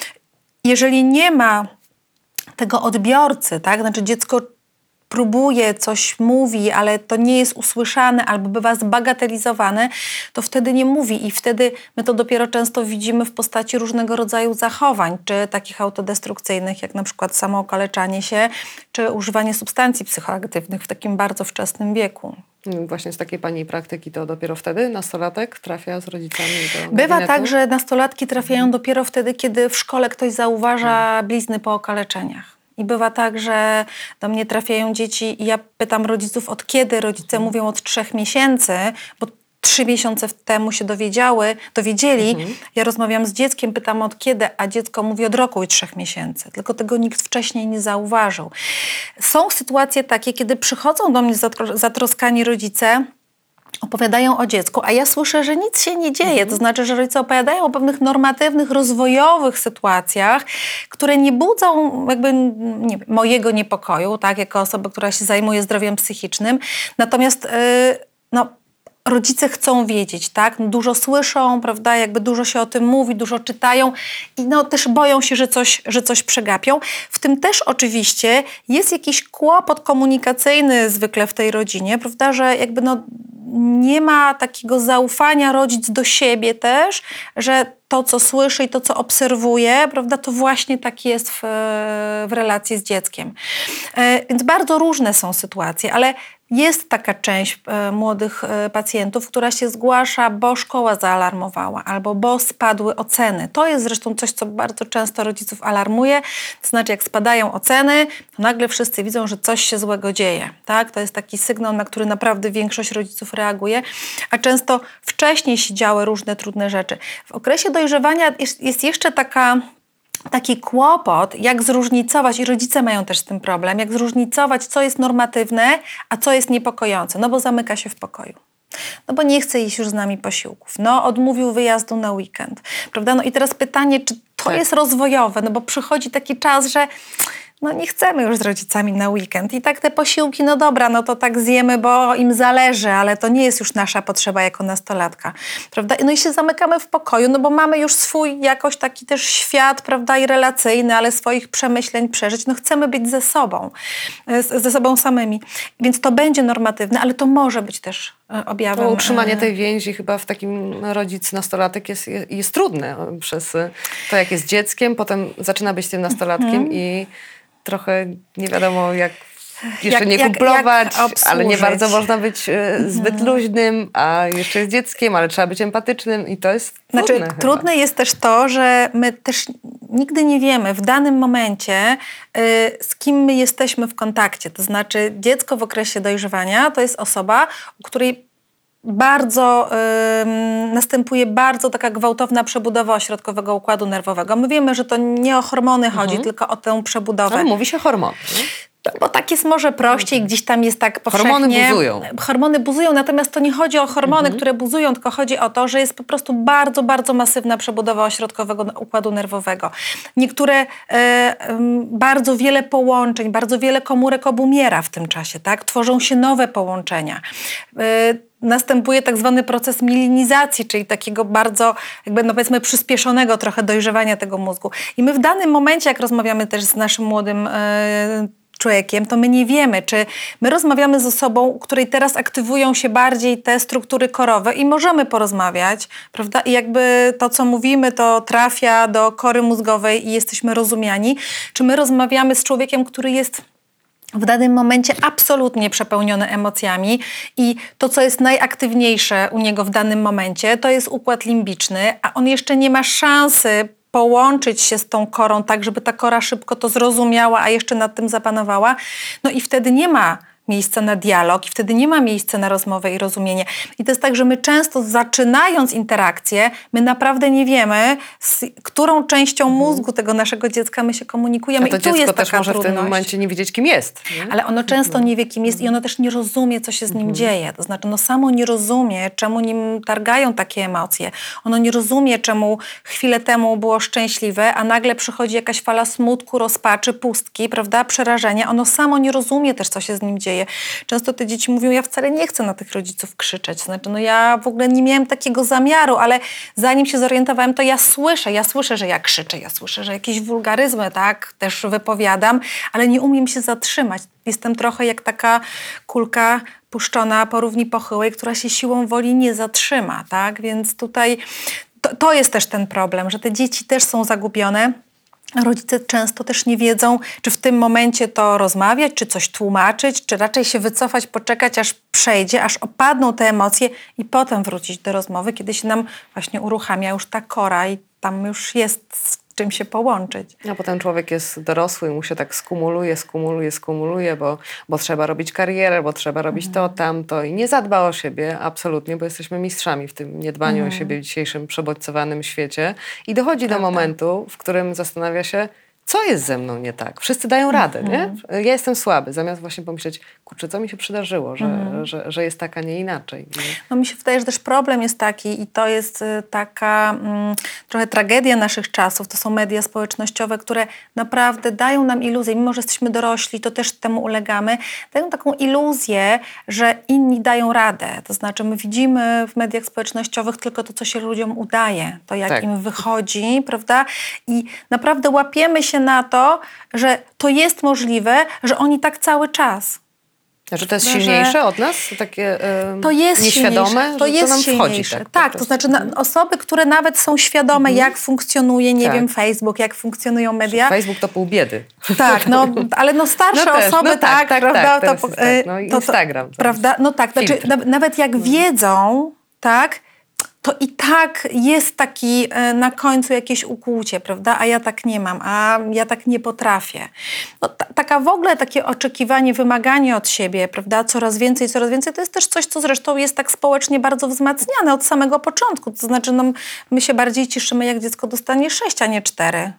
Jeżeli nie ma tego odbiorcy, tak? Znaczy dziecko próbuje, coś mówi, ale to nie jest usłyszane albo bywa zbagatelizowane, to wtedy nie mówi i wtedy my to dopiero często widzimy w postaci różnego rodzaju zachowań, czy takich autodestrukcyjnych, jak na przykład samookaleczanie się, czy używanie substancji psychoaktywnych w takim bardzo wczesnym wieku. Właśnie z takiej pani praktyki to dopiero wtedy nastolatek trafia z rodzicami do gabinetu? Bywa tak, że nastolatki trafiają hmm. dopiero wtedy, kiedy w szkole ktoś zauważa hmm. blizny po okaleczeniach. I bywa tak, że do mnie trafiają dzieci i ja pytam rodziców, od kiedy? Rodzice mhm. mówią od trzech miesięcy, bo trzy miesiące temu się dowiedziały, dowiedzieli. Mhm. Ja rozmawiam z dzieckiem, pytam od kiedy, a dziecko mówi od roku i trzech miesięcy. Tylko tego nikt wcześniej nie zauważył. Są sytuacje takie, kiedy przychodzą do mnie zatro- zatroskani rodzice, opowiadają o dziecku, a ja słyszę, że nic się nie dzieje. Mhm. To znaczy, że rodzice opowiadają o pewnych normatywnych, rozwojowych sytuacjach, które nie budzą jakby nie wiem, mojego niepokoju, tak, jako osoby, która się zajmuje zdrowiem psychicznym. Natomiast yy, no, rodzice chcą wiedzieć, tak? No, dużo słyszą, prawda? Jakby dużo się o tym mówi, dużo czytają i no, też boją się, że coś, że coś przegapią. W tym też oczywiście jest jakiś kłopot komunikacyjny zwykle w tej rodzinie, prawda? Że jakby no, nie ma takiego zaufania rodzic do siebie też, że to, co słyszy i to, co obserwuje, prawda, to właśnie tak jest w, w relacji z dzieckiem. Więc bardzo różne są sytuacje, ale jest taka część e, młodych e, pacjentów, która się zgłasza, bo szkoła zaalarmowała albo bo spadły oceny. To jest zresztą coś, co bardzo często rodziców alarmuje. To znaczy, jak spadają oceny, to nagle wszyscy widzą, że coś się złego dzieje. Tak? To jest taki sygnał, na który naprawdę większość rodziców reaguje, a często wcześniej się działy różne trudne rzeczy. W okresie dojrzewania jest, jest jeszcze taka... taki kłopot, jak zróżnicować, i rodzice mają też z tym problem, jak zróżnicować, co jest normatywne, a co jest niepokojące, no bo zamyka się w pokoju. No bo nie chce jeść już z nami posiłków. No odmówił wyjazdu na weekend. Prawda? No i teraz pytanie, czy to Tak. jest rozwojowe? No bo przychodzi taki czas, że no nie chcemy już z rodzicami na weekend. I tak te posiłki, no dobra, no to tak zjemy, bo im zależy, ale to nie jest już nasza potrzeba jako nastolatka. Prawda? No i się zamykamy w pokoju, no bo mamy już swój jakoś taki też świat, prawda, i relacyjny, ale swoich przemyśleń przeżyć. No chcemy być ze sobą, ze sobą samymi. Więc to będzie normatywne, ale to może być też objawem... To utrzymanie tej więzi chyba w takim rodzic nastolatek jest, jest, jest trudne przez to, jak jest dzieckiem, potem zaczyna być tym nastolatkiem Mhm. i trochę nie wiadomo jak jeszcze Jak- nie jak- kumplować, jak obsłużyć. ale nie bardzo można być e, zbyt luźnym, a jeszcze jest dzieckiem, ale trzeba być empatycznym i to jest trudne Znaczy, chyba. trudne jest też to, że my też nigdy nie wiemy w danym momencie, y, z kim my jesteśmy w kontakcie. To znaczy, dziecko w okresie dojrzewania to jest osoba, u której bardzo ym, następuje bardzo taka gwałtowna przebudowa ośrodkowego układu nerwowego. My wiemy, że to nie o hormony chodzi, tylko o tę przebudowę. Ale mówi się hormon. nie? Bo tak jest może prościej, gdzieś tam jest tak powszechnie. Hormony buzują. Hormony buzują, natomiast to nie chodzi o hormony, które buzują, tylko chodzi o to, że jest po prostu bardzo, bardzo masywna przebudowa ośrodkowego układu nerwowego. Niektóre e, em, bardzo wiele połączeń, bardzo wiele komórek obumiera w tym czasie, tak? Tworzą się nowe połączenia. E, Następuje tak zwany proces milinizacji, czyli takiego bardzo, jakby no powiedzmy, przyspieszonego trochę dojrzewania tego mózgu. I my w danym momencie, jak rozmawiamy też z naszym młodym e, człowiekiem, to my nie wiemy, czy my rozmawiamy z osobą, u której teraz aktywują się bardziej te struktury korowe i możemy porozmawiać, prawda? I jakby to, co mówimy, to trafia do kory mózgowej i jesteśmy rozumiani. Czy my rozmawiamy z człowiekiem, który jest w danym momencie absolutnie przepełnione emocjami i to, co jest najaktywniejsze u niego w danym momencie, to jest układ limbiczny, a on jeszcze nie ma szansy połączyć się z tą korą tak, żeby ta kora szybko to zrozumiała, a jeszcze nad tym zapanowała. No i wtedy nie ma miejsca na dialog i wtedy nie ma miejsca na rozmowę i rozumienie. I to jest tak, że my często zaczynając interakcję, my naprawdę nie wiemy, z którą częścią mózgu tego naszego dziecka my się komunikujemy. A to I tu dziecko jest też taka może trudność. w tym momencie nie wiedzieć, kim jest. Nie? Ale ono często nie wie, kim jest i ono też nie rozumie, co się z nim dzieje. To znaczy, no samo nie rozumie, czemu nim targają takie emocje. Ono nie rozumie, czemu chwilę temu było szczęśliwe, a nagle przychodzi jakaś fala smutku, rozpaczy, pustki, prawda, przerażenia. Ono samo nie rozumie też, co się z nim dzieje. Często te dzieci mówią, ja wcale nie chcę na tych rodziców krzyczeć. Znaczy, no ja w ogóle nie miałem takiego zamiaru, ale zanim się zorientowałem, to ja słyszę, ja słyszę, że ja krzyczę, ja słyszę, że jakieś wulgaryzmy, tak, też wypowiadam, ale nie umiem się zatrzymać. Jestem trochę jak taka kulka puszczona po równi pochyłej, która się siłą woli nie zatrzyma, tak? Więc tutaj to, to jest też ten problem, że te dzieci też są zagubione. Rodzice często też nie wiedzą, czy w tym momencie to rozmawiać, czy coś tłumaczyć, czy raczej się wycofać, poczekać, aż przejdzie, aż opadną te emocje i potem wrócić do rozmowy, kiedy się nam właśnie uruchamia już ta kora i tam już jest z czym się połączyć. A potem człowiek jest dorosły, mu się tak skumuluje, skumuluje, skumuluje, bo, bo trzeba robić karierę, bo trzeba robić to, tamto i nie zadba o siebie absolutnie, bo jesteśmy mistrzami w tym niedbaniu o siebie w dzisiejszym przebodźcowanym świecie i dochodzi do momentu, w którym zastanawia się, co jest ze mną nie tak? Wszyscy dają radę, nie? Ja jestem słaby, zamiast właśnie pomyśleć, kurczę, co mi się przydarzyło, że, mm. że, że jest tak, a nie inaczej. No mi się wydaje, że też problem jest taki i to jest y, taka mm, trochę tragedia naszych czasów, to są media społecznościowe, które naprawdę dają nam iluzję, mimo że jesteśmy dorośli, to też temu ulegamy, dają taką iluzję, że inni dają radę. To znaczy my widzimy w mediach społecznościowych tylko to, co się ludziom udaje, to jak tak. im wychodzi, prawda? I naprawdę łapiemy się na to, że to jest możliwe, że oni tak cały czas. Że to jest Że- silniejsze od nas? Takie yy, To jest nieświadome? silniejsze. To że jest to nam wchodzi silniejsze. tak, po Tak, to prostu. znaczy na, osoby, które nawet są świadome, jak funkcjonuje, nie Tak. wiem, Facebook, jak funkcjonują media. Facebook to pół biedy. Tak, no, ale no starsze No też, osoby, no tak, tak, tak, prawda? tak, to, teraz jest tak. No i to- to- Instagram to prawda? No tak, znaczy, filtr. na, nawet jak wiedzą, tak, to i tak jest taki e, na końcu jakieś ukłucie, prawda? A ja tak nie mam, a ja tak nie potrafię. No, ta, taka w ogóle takie oczekiwanie, wymaganie od siebie, prawda? Coraz więcej, coraz więcej, to jest też coś, co zresztą jest tak społecznie bardzo wzmacniane od samego początku. To znaczy, no, my się bardziej cieszymy, jak dziecko dostanie sześć, a nie cztery.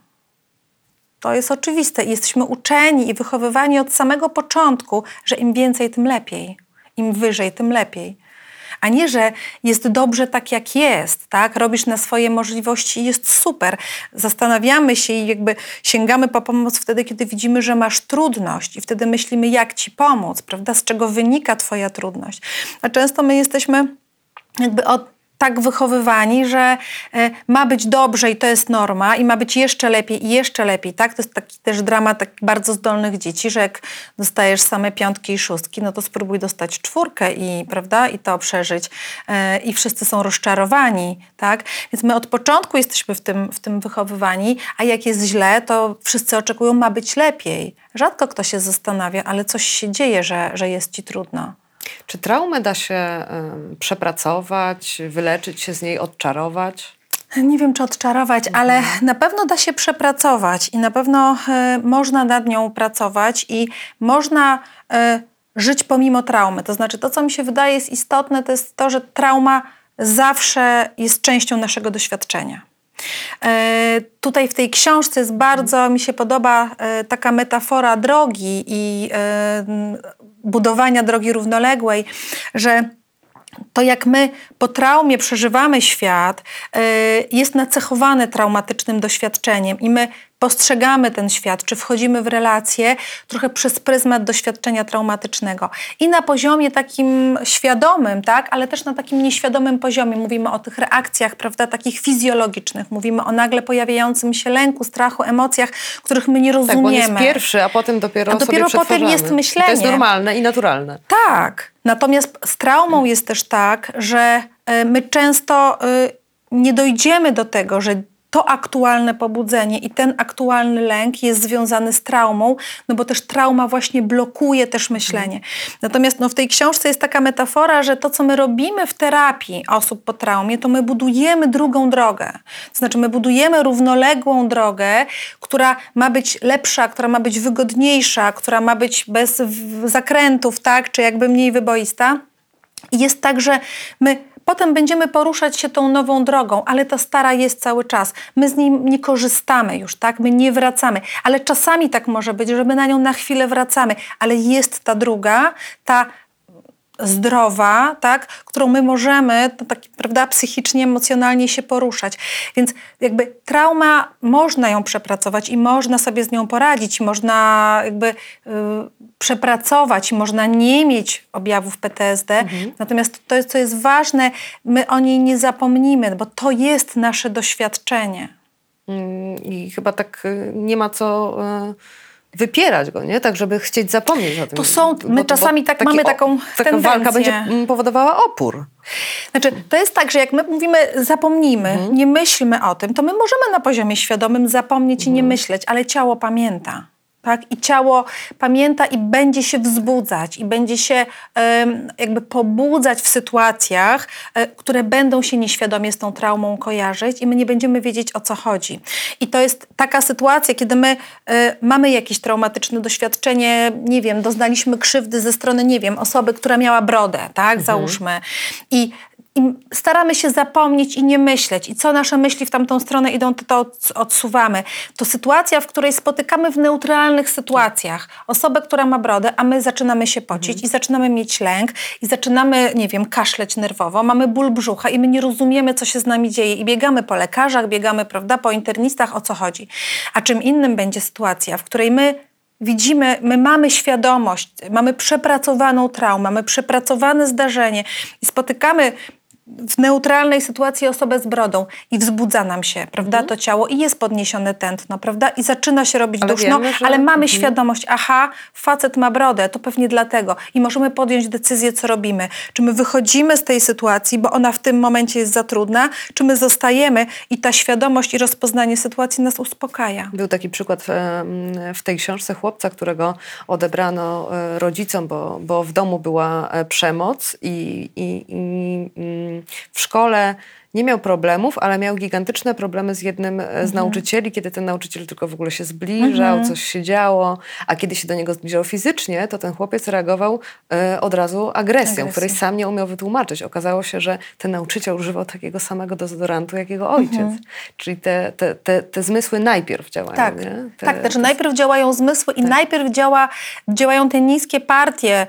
To jest oczywiste i jesteśmy uczeni i wychowywani od samego początku, że im więcej, tym lepiej. Im wyżej, tym lepiej. A nie, że jest dobrze tak, jak jest, tak? Robisz na swoje możliwości i jest super. Zastanawiamy się i jakby sięgamy po pomoc wtedy, kiedy widzimy, że masz trudność i wtedy myślimy, jak ci pomóc, prawda? Z czego wynika twoja trudność. A często my jesteśmy jakby od tak wychowywani, że e, ma być dobrze i to jest norma i ma być jeszcze lepiej i jeszcze lepiej, tak? To jest taki też dramat takich bardzo zdolnych dzieci, że jak dostajesz same piątki i szóstki, no to spróbuj dostać czwórkę i, prawda, i to przeżyć e, i wszyscy są rozczarowani, tak? Więc my od początku jesteśmy w tym, w tym wychowywani, a jak jest źle, to wszyscy oczekują, ma być lepiej. Rzadko kto się zastanawia, ale coś się dzieje, że, że jest ci trudno. Czy traumę da się y, przepracować, wyleczyć się z niej, odczarować? Nie wiem, czy odczarować, ale na pewno da się przepracować i na pewno y, można nad nią pracować i można y, żyć pomimo traumy. To znaczy to, co mi się wydaje jest istotne, to jest to, że trauma zawsze jest częścią naszego doświadczenia. E, tutaj w tej książce jest bardzo, mi się podoba e, taka metafora drogi i e, budowania drogi równoległej, że to jak my po traumie przeżywamy świat, y, jest nacechowane traumatycznym doświadczeniem i my postrzegamy ten świat, czy wchodzimy w relacje trochę przez pryzmat doświadczenia traumatycznego. I na poziomie takim świadomym, tak, ale też na takim nieświadomym poziomie. Mówimy o tych reakcjach, prawda, takich fizjologicznych. Mówimy o nagle pojawiającym się lęku, strachu, emocjach, których my nie rozumiemy. Tak, bo on jest pierwszy, a potem dopiero A dopiero sobie potem jest przetwarzamy. myślenie. To jest normalne i naturalne. Tak. Natomiast z traumą jest też tak, że y, my często y, nie dojdziemy do tego, że to aktualne pobudzenie i ten aktualny lęk jest związany z traumą, no bo też trauma właśnie blokuje też myślenie. Natomiast no, w tej książce jest taka metafora, że to, co my robimy w terapii osób po traumie, to my budujemy drugą drogę. To znaczy my budujemy równoległą drogę, która ma być lepsza, która ma być wygodniejsza, która ma być bez w- zakrętów, tak, czy jakby mniej wyboista. I jest tak, że my potem będziemy poruszać się tą nową drogą, ale ta stara jest cały czas. My z niej nie korzystamy już, tak? My nie wracamy. Ale czasami tak może być, że my na nią na chwilę wracamy, ale jest ta druga, ta zdrowa, tak, którą my możemy, to tak, prawda, psychicznie, emocjonalnie się poruszać. Więc jakby trauma, można ją przepracować i można sobie z nią poradzić, i można jakby y, przepracować, i można nie mieć objawów P T S D. Mhm. Natomiast to, co jest ważne, my o niej nie zapomnimy, bo to jest nasze doświadczenie. I chyba tak y, nie ma co... Y wypierać go, nie? Tak, żeby chcieć zapomnieć o tym. To są, my bo, czasami bo tak taki, mamy taką o, taka tendencję. walka będzie powodowała opór. Znaczy, to jest tak, że jak my mówimy zapomnijmy, mhm. nie myślmy o tym, to my możemy na poziomie świadomym zapomnieć mhm. i nie myśleć, ale ciało pamięta. Tak? I ciało pamięta i będzie się wzbudzać i będzie się um, jakby pobudzać w sytuacjach, e, które będą się nieświadomie z tą traumą kojarzyć i my nie będziemy wiedzieć, o co chodzi. I to jest taka sytuacja, kiedy my e, mamy jakieś traumatyczne doświadczenie, nie wiem, doznaliśmy krzywdy ze strony, nie wiem, osoby, która miała brodę, tak, mhm. załóżmy. I I staramy się zapomnieć i nie myśleć. I co nasze myśli w tamtą stronę idą, to to odsuwamy. To sytuacja, w której spotykamy w neutralnych sytuacjach osobę, która ma brodę, a my zaczynamy się pocić mhm. i zaczynamy mieć lęk i zaczynamy, nie wiem, kaszleć nerwowo, mamy ból brzucha i my nie rozumiemy, co się z nami dzieje i biegamy po lekarzach, biegamy, prawda, po internistach, o co chodzi. A czym innym będzie sytuacja, w której my widzimy, my mamy świadomość, mamy przepracowaną traumę, mamy przepracowane zdarzenie i spotykamy w neutralnej sytuacji osobę z brodą i wzbudza nam się, prawda, Mhm. to ciało i jest podniesione tętno, prawda, i zaczyna się robić Ale duszno, wiemy, że- ale mamy Mhm. świadomość, aha, facet ma brodę, to pewnie dlatego i możemy podjąć decyzję, co robimy. Czy my wychodzimy z tej sytuacji, bo ona w tym momencie jest za trudna, czy my zostajemy i ta świadomość i rozpoznanie sytuacji nas uspokaja. Był taki przykład w, w tej książce chłopca, którego odebrano e, rodzicom, bo, bo w domu była e, przemoc i, i, i mm, w szkole nie miał problemów, ale miał gigantyczne problemy z jednym e, z Mhm. nauczycieli, kiedy ten nauczyciel tylko w ogóle się zbliżał, Mhm. coś się działo, a kiedy się do niego zbliżał fizycznie, to ten chłopiec reagował e, od razu agresją, Agresją. której sam nie umiał wytłumaczyć. Okazało się, że ten nauczyciel używał takiego samego dezodorantu, jak jego ojciec. Mhm. Czyli te, te, te, te zmysły najpierw działają, Tak, nie? Te, tak, znaczy te- najpierw działają zmysły i najpierw działa, działają te niskie partie,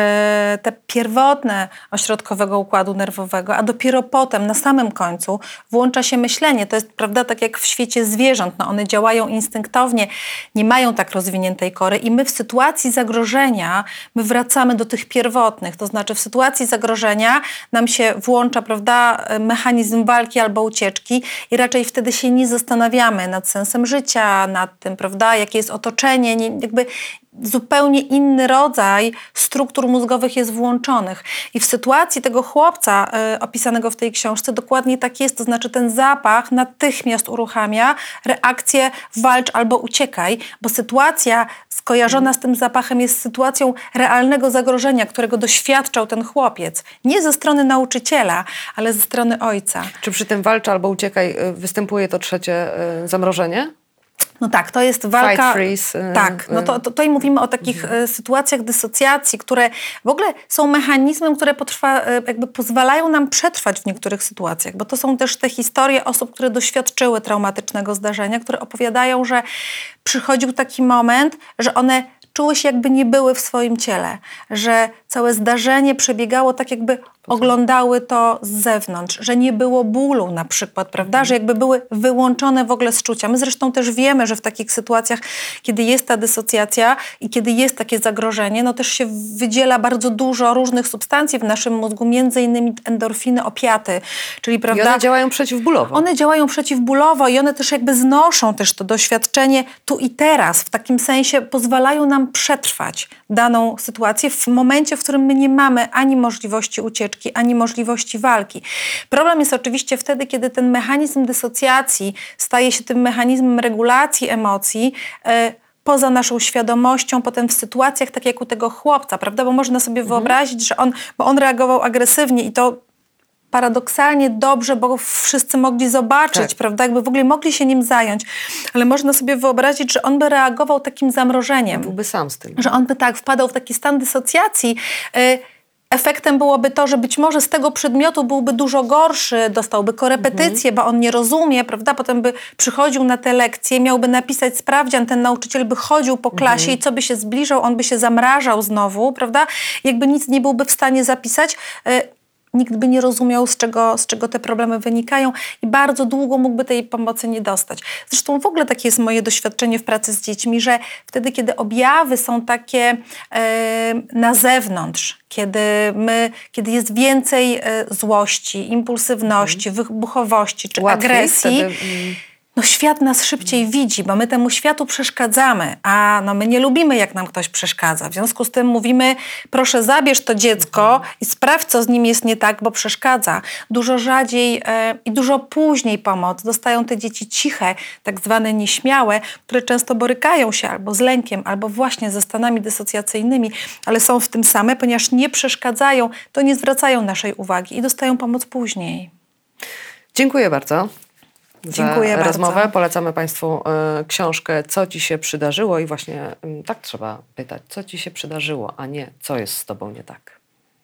e, te pierwotne ośrodkowego układu nerwowego, a dopiero potem, na samym końcu, włącza się myślenie. To jest, prawda, tak jak w świecie zwierząt. No one działają instynktownie, nie mają tak rozwiniętej kory i my w sytuacji zagrożenia, my wracamy do tych pierwotnych. To znaczy w sytuacji zagrożenia nam się włącza, prawda, mechanizm walki albo ucieczki i raczej wtedy się nie zastanawiamy nad sensem życia, nad tym, prawda, jakie jest otoczenie, nie, jakby zupełnie inny rodzaj struktur mózgowych jest włączonych. I w sytuacji tego chłopca y, opisanego w tej książce dokładnie tak jest. To znaczy ten zapach natychmiast uruchamia reakcję walcz albo uciekaj, bo sytuacja skojarzona z tym zapachem jest sytuacją realnego zagrożenia, którego doświadczał ten chłopiec. Nie ze strony nauczyciela, ale ze strony ojca. Czy przy tym walcz albo uciekaj y, występuje to trzecie y, zamrożenie? No tak, to jest walka... Fight, freeze, y, tak, no to, to tutaj mówimy o takich Mhm. y, sytuacjach dysocjacji, które w ogóle są mechanizmem, które potrwa, y, jakby pozwalają nam przetrwać w niektórych sytuacjach, bo to są też te historie osób, które doświadczyły traumatycznego zdarzenia, które opowiadają, że przychodził taki moment, że one czuły się jakby nie były w swoim ciele, że całe zdarzenie przebiegało tak jakby oglądały to z zewnątrz, że nie było bólu na przykład, prawda, że jakby były wyłączone w ogóle z czucia. My zresztą też wiemy, że w takich sytuacjach, kiedy jest ta dysocjacja i kiedy jest takie zagrożenie, no też się wydziela bardzo dużo różnych substancji w naszym mózgu, między innymi endorfiny, opiaty, czyli prawda... I one działają przeciwbólowo. One działają przeciwbólowo i one też jakby znoszą też to doświadczenie tu i teraz. W takim sensie pozwalają nam przetrwać daną sytuację w momencie, w którym my nie mamy ani możliwości ucieczki, ani możliwości walki. Problem jest oczywiście wtedy, kiedy ten mechanizm dysocjacji staje się tym mechanizmem regulacji emocji, yy, poza naszą świadomością, potem w sytuacjach tak jak u tego chłopca, prawda? Bo można sobie mhm. wyobrazić, że on, bo on reagował agresywnie i to paradoksalnie dobrze, bo wszyscy mogli zobaczyć, tak. prawda? Jakby w ogóle mogli się nim zająć. Ale można sobie wyobrazić, że on by reagował takim zamrożeniem. Byłby sam z tym. Że on by tak wpadał w taki stan dysocjacji. Yy, Efektem byłoby to, że być może z tego przedmiotu byłby dużo gorszy, dostałby korepetycję, mhm. bo on nie rozumie, prawda? Potem by przychodził na te lekcje, miałby napisać sprawdzian, ten nauczyciel by chodził po klasie mhm. i co by się zbliżał, on by się zamrażał znowu, prawda? Jakby nic nie byłby w stanie zapisać, yy, nikt by nie rozumiał, z czego, z czego te problemy wynikają i bardzo długo mógłby tej pomocy nie dostać. Zresztą w ogóle takie jest moje doświadczenie w pracy z dziećmi, że wtedy, kiedy objawy są takie e, na zewnątrz, kiedy, my, kiedy jest więcej e, złości, impulsywności, mhm. wybuchowości czy Łatwiej agresji, wtedy, mm. no świat nas szybciej widzi, bo my temu światu przeszkadzamy, a no my nie lubimy, jak nam ktoś przeszkadza. W związku z tym mówimy, proszę zabierz to dziecko i sprawdź, co z nim jest nie tak, bo przeszkadza. Dużo rzadziej e, i dużo później pomoc dostają te dzieci ciche, tak zwane nieśmiałe, które często borykają się albo z lękiem, albo właśnie ze stanami dysocjacyjnymi, ale są w tym same, ponieważ nie przeszkadzają, to nie zwracają naszej uwagi i dostają pomoc później. Dziękuję bardzo. Dziękuję za bardzo. rozmowę. Polecamy Państwu y, książkę Co Ci się przydarzyło i właśnie y, tak trzeba pytać, co Ci się przydarzyło, a nie co jest z Tobą nie tak.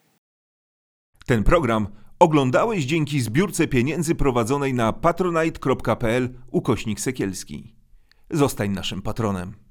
Ten program oglądałeś dzięki zbiórce pieniędzy prowadzonej na patronite kropka pl ukośnik Sekielski. Zostań naszym patronem.